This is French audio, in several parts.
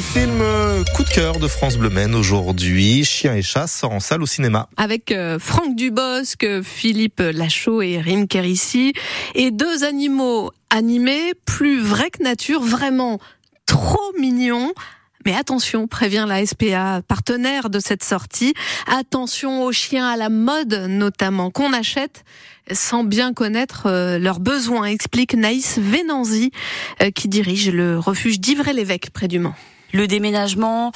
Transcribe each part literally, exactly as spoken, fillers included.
film coup de cœur de France Bleu Maine aujourd'hui, Chien et chat sort en salle au cinéma. Avec euh, Franck Dubosc, Philippe Lachaud et Rim Kérissi, et deux animaux animés, plus vrais que nature, vraiment trop mignons. Mais attention, prévient la S P A, partenaire de cette sortie, attention aux chiens à la mode notamment, qu'on achète sans bien connaître euh, leurs besoins, explique Naïs Vénanzi, euh, qui dirige le refuge d'Ivray-l'Évêque près du Mans. Le déménagement,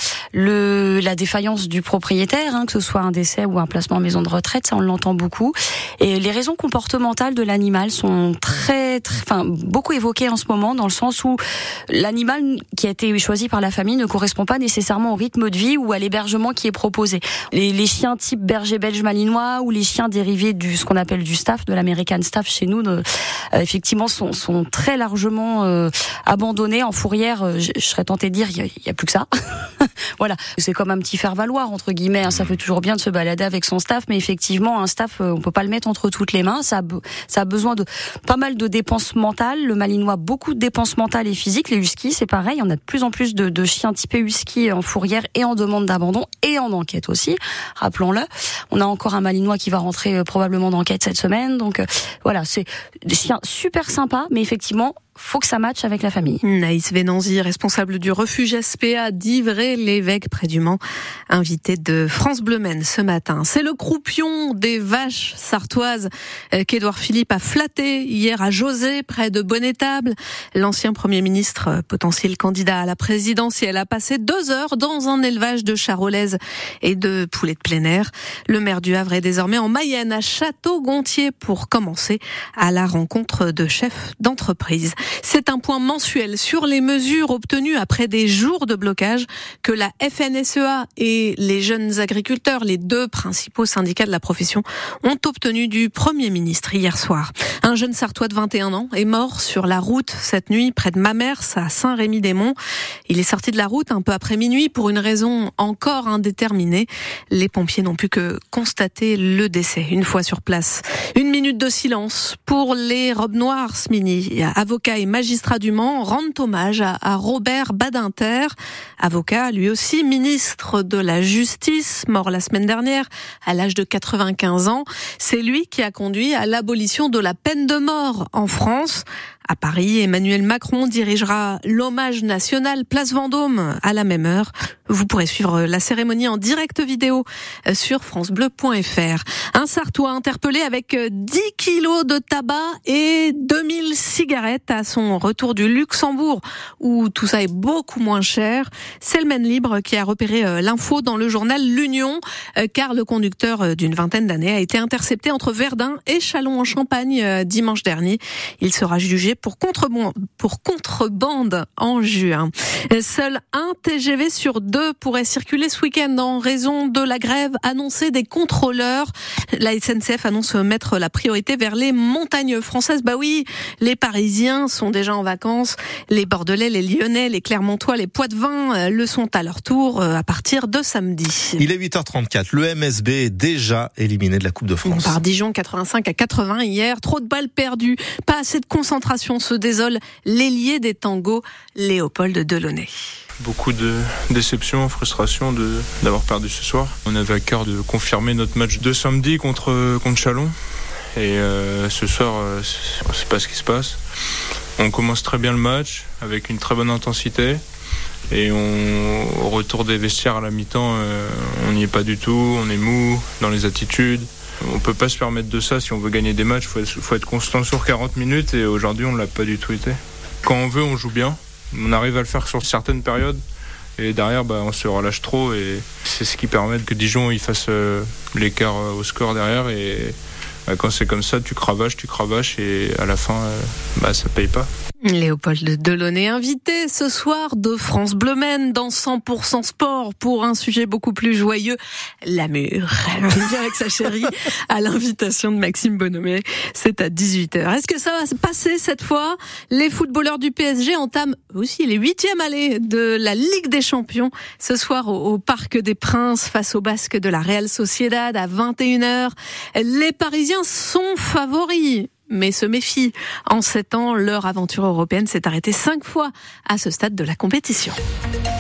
le la défaillance du propriétaire, hein, que ce soit un décès ou un placement en maison de retraite, ça on l'entend beaucoup. Et les raisons comportementales de l'animal sont très, très, enfin beaucoup évoquées en ce moment, dans le sens où l'animal qui a été choisi par la famille ne correspond pas nécessairement au rythme de vie ou à l'hébergement qui est proposé. Les, les chiens type berger belge malinois ou les chiens dérivés du ce qu'on appelle du staff, de l'American staff chez nous, de, euh, effectivement sont, sont très largement euh, abandonnés en fourrière. Euh, je, je serais tentée de dire, il y a, il y a plus que ça. Voilà, c'est comme un petit faire-valoir entre guillemets, hein. Ça fait toujours bien de se balader avec son staff, mais effectivement un staff, on peut pas le mettre entre toutes les mains. Ça a, ça a besoin de pas mal de dépenses mentales. Le malinois, beaucoup de dépenses mentales et physiques. Les huskies, c'est pareil. On a de plus en plus de, de chiens typés husky en fourrière et en demande d'abandon et en enquête aussi. Rappelons-le. On a encore un malinois qui va rentrer euh, probablement d'enquête cette semaine. Donc euh, voilà, c'est des chiens super sympas, mais effectivement, faut que ça matche avec la famille. Naïs Vénanzi, responsable du refuge S P A d'Ivray-l'Évêque près du Mans, invité de France Bleu Maine ce matin. C'est le croupion des vaches sartoises qu'Édouard Philippe a flatté hier à José, près de Bonnétable. L'ancien Premier ministre, potentiel candidat à la présidentielle, a passé deux heures dans un élevage de charolaises et de poulets de plein air. Le maire du Havre est désormais en Mayenne, à Château-Gontier, pour commencer à la rencontre de chefs d'entreprise. C'est un point mensuel sur les mesures obtenues après des jours de blocage que la F N S E A et les jeunes agriculteurs, les deux principaux syndicats de la profession, ont obtenu du Premier ministre hier soir. Un jeune Sartois de vingt et un ans est mort sur la route cette nuit près de Mamers à Saint-Rémy-des-Monts. Il est sorti de la route un peu après minuit pour une raison encore indéterminée. Les pompiers n'ont pu que constater le décès une fois sur place. Une minute de silence pour les robes noires. Smini, avocat et magistrat du Mans, rendent hommage à, à Robert Badinter, avocat lui aussi ministre de la Justice, mort la semaine dernière à l'âge de quatre-vingt-quinze ans. C'est lui qui a conduit à l'abolition de la peine de mort en France. À Paris, Emmanuel Macron dirigera l'hommage national Place Vendôme à la même heure. Vous pourrez suivre la cérémonie en direct vidéo sur francebleu point f r. Un Sartois interpellé avec dix kilos de tabac et deux mille cigarettes à son retour du Luxembourg, où tout ça est beaucoup moins cher. C'est le Maine Libre qui a repéré l'info dans le journal L'Union, car le conducteur d'une vingtaine d'années a été intercepté entre Verdun et Châlons-en-Champagne dimanche dernier. Il sera jugé pour contrebande, pour contrebande en juin. Seul un T G V sur deux pourrait circuler ce week-end en raison de la grève annoncée des contrôleurs. La S N C F annonce mettre la priorité vers les montagnes françaises. Bah oui, les Parisiens sont déjà en vacances. Les Bordelais, les Lyonnais, les Clermontois, les Poitevins le sont à leur tour à partir de samedi. Il est huit heures trente-quatre. Le M S B est déjà éliminé de la Coupe de France. Par Dijon, quatre-vingt-cinq à quatre-vingts hier. Trop de balles perdues. Pas assez de concentration. Se désole l'ailier des tangos, Léopold Delaunay. Beaucoup de déception, frustration de, d'avoir perdu ce soir. On avait à cœur de confirmer notre match de samedi contre, contre Châlons. Et euh, ce soir, euh, on ne sait pas ce qui se passe. On commence très bien le match, avec une très bonne intensité. Et on, au retour des vestiaires à la mi-temps, euh, on n'y est pas du tout. On est mou dans les attitudes. On peut pas se permettre de ça si on veut gagner des matchs. Faut être, faut être constant sur quarante minutes et aujourd'hui on l'a pas du tout été. Quand on veut, on joue bien. On arrive à le faire sur certaines périodes et derrière, bah, on se relâche trop et c'est ce qui permet que Dijon il fasse euh, l'écart euh, au score derrière et bah, quand c'est comme ça, tu cravaches, tu cravaches et à la fin, euh, bah ça paye pas. Léopold Delaunay, invité ce soir de France Bleu Maine dans cent pour cent sport pour un sujet beaucoup plus joyeux, l'amour. Elle vient avec sa chérie à l'invitation de Maxime Bonhomé. C'est à dix-huit heures. Est-ce que ça va se passer cette fois? Les footballeurs du P S G entament aussi les huitièmes allées de la Ligue des Champions ce soir au, au Parc des Princes face aux Basques de la Real Sociedad à vingt et une heures. Les Parisiens sont favoris, mais se méfient. En sept ans, leur aventure européenne s'est arrêtée cinq fois à ce stade de la compétition.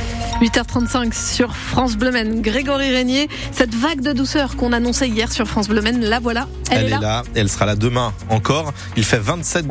huit heures trente-cinq sur France Bleu Maine. Grégory Régnier, cette vague de douceur qu'on annonçait hier sur France Bleu Maine, la voilà, elle, elle est là. est là, elle sera là demain encore. Il fait vingt-sept